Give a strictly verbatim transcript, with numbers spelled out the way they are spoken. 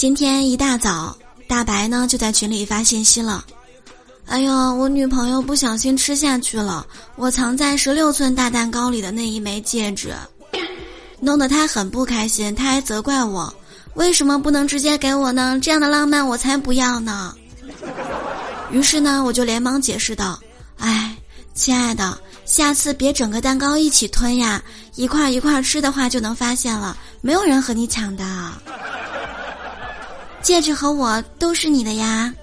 今天一大早，大白呢就在群里发信息了。哎呦，我女朋友不小心吃下去了我藏在十六寸大蛋糕里的那一枚戒指，弄得她很不开心，她还责怪我，为什么不能直接给我呢？这样的浪漫我才不要呢。于是呢，我就连忙解释道：哎，亲爱的，下次别整个蛋糕一起吞呀，一块一块吃的话就能发现了，没有人和你抢的。戒指和我都是你的呀。